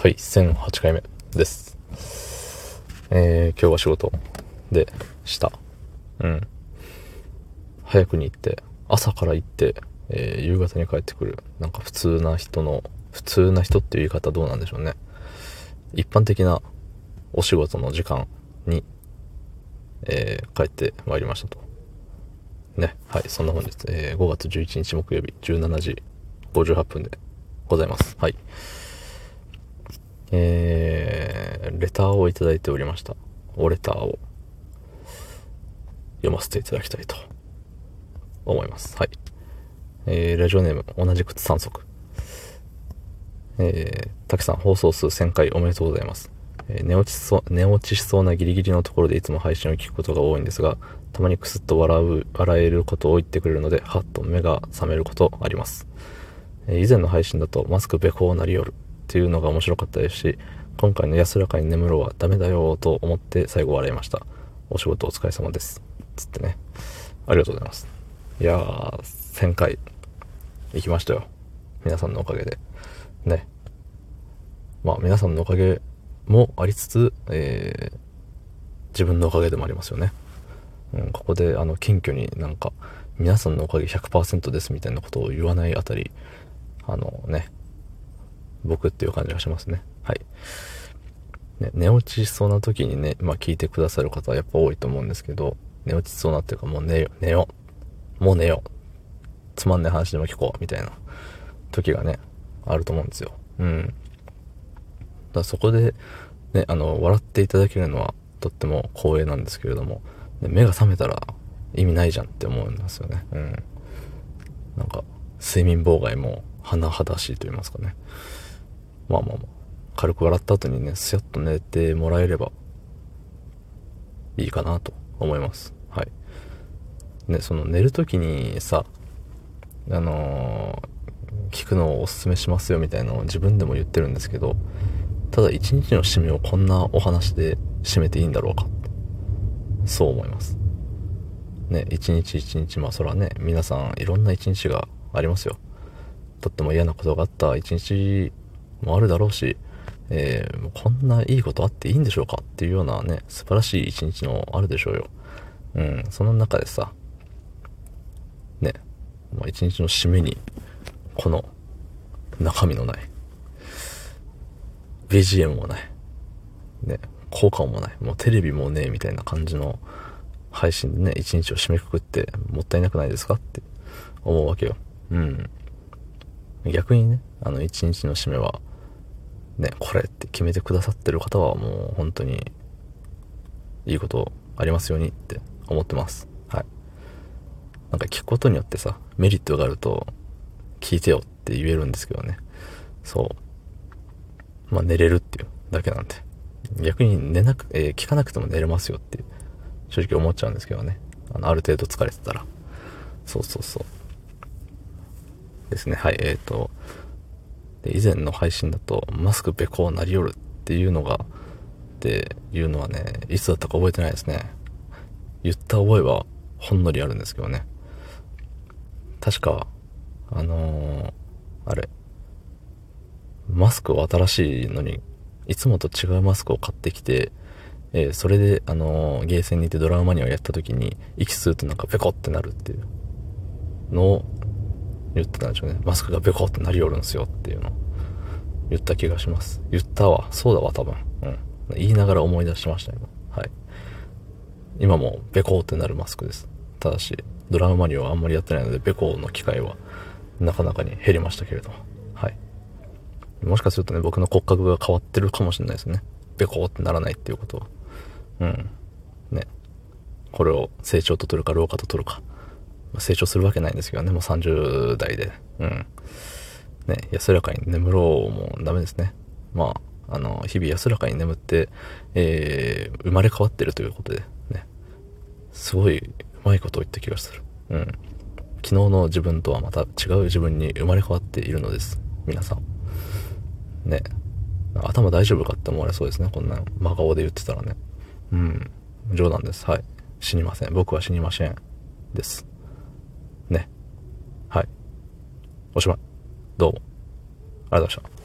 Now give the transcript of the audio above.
はい、1008回目です。今日は仕事でした。早くに行って、朝から行って、夕方に帰ってくる。なんか普通な人っていう言い方どうなんでしょうね。一般的なお仕事の時間に、帰ってまいりましたと。ね、はい、そんな本日、5月11日木曜日17時58分でございます。はい。レターをいただいておりました。おレターを読ませていただきたいと思います。はい。ラジオネーム、同じ靴3足。たけさん、放送数1000回おめでとうございます。寝落ちしそうなギリギリのところでいつも配信を聞くことが多いんですが、たまにクスッと笑えることを言ってくれるので、はっと目が覚めることあります。以前の配信だとマスクべこうなりよるっていうのが面白かったですし、今回の安らかに眠ろうはダメだよと思って最後笑いました。お仕事お疲れ様です。つってね。ありがとうございます。いやー、1000回行きましたよ。皆さんのおかげで。ね。まあ皆さんのおかげもありつつ、自分のおかげでもありますよね。ここで謙虚になんか皆さんのおかげ 100% ですみたいなことを言わないあたり、僕っていう感じがしますね。はい。ね、寝落ちしそうな時にね、聞いてくださる方はやっぱ多いと思うんですけど、寝落ちしそうなっていうかもう寝よもう寝よつまんない話でも聞こうみたいな時がね、あると思うんですよ。だからそこでね、笑っていただけるのはとっても光栄なんですけれども、目が覚めたら意味ないじゃんって思うんですよね。なんか睡眠妨害も甚だしいと言いますかね。軽く笑った後にね、スヤッと寝てもらえればいいかなと思います。はい。ね、その寝る時にさ、聞くのをおすすめしますよみたいなのを自分でも言ってるんですけど、ただ一日の締めをこんなお話で締めていいんだろうかって、そう思います。ね、一日一日、それはね、皆さんいろんな一日がありますよ。とっても嫌なことがあった一日もあるだろうし、もうこんないいことあっていいんでしょうかっていうようなね、素晴らしい一日のあるでしょうよ。その中でさ、ね、一日の締めに、この中身のない、BGM もない、ね、効果もない、もうテレビもねえみたいな感じの配信でね、一日を締めくくってもったいなくないですかって思うわけよ。逆にね、一日の締めは、ね、これって決めてくださってる方はもう本当にいいことありますようにって思ってます。はい。なんか聞くことによってさ、メリットがあると聞いてよって言えるんですけどね。そう。寝れるっていうだけなんで。逆に聞かなくても寝れますよって正直思っちゃうんですけどね。ある程度疲れてたら。そうそうそう。ですね。はい。で以前の配信だと、マスクべこうなりよるっていうのはね、いつだったか覚えてないですね。言った覚えはほんのりあるんですけどね。確か、あれ、マスクを新しいのに、いつもと違うマスクを買ってきて、それで、ゲーセンに行ってドラムマニアをやった時に、息吸うとなんかペコってなるっていうのを言ってたんでしょうね。マスクがペコってなりよるんすよっていうのを言った気がします。言ったわ。そうだわ、多分。言いながら思い出しました、今。はい。今もベコーってなるマスクです。ただし、ドラムマリオはあんまりやってないので、ベコーの機会はなかなかに減りましたけれども。はい。もしかするとね、僕の骨格が変わってるかもしれないですね。ベコーってならないっていうことは。ね。これを成長と取るか老化と取るか。成長するわけないんですけどね、もう30代で。ね、安らかに眠ろうもダメですね。日々安らかに眠って、生まれ変わってるということで、ね。すごいうまいことを言った気がする。昨日の自分とはまた違う自分に生まれ変わっているのです。皆さん。ね。頭大丈夫かって思われそうですね。こんな真顔で言ってたらね。冗談です。はい。死にません。僕は死にません。です。ね。はい。おしまい。どうも。ありがとうございました。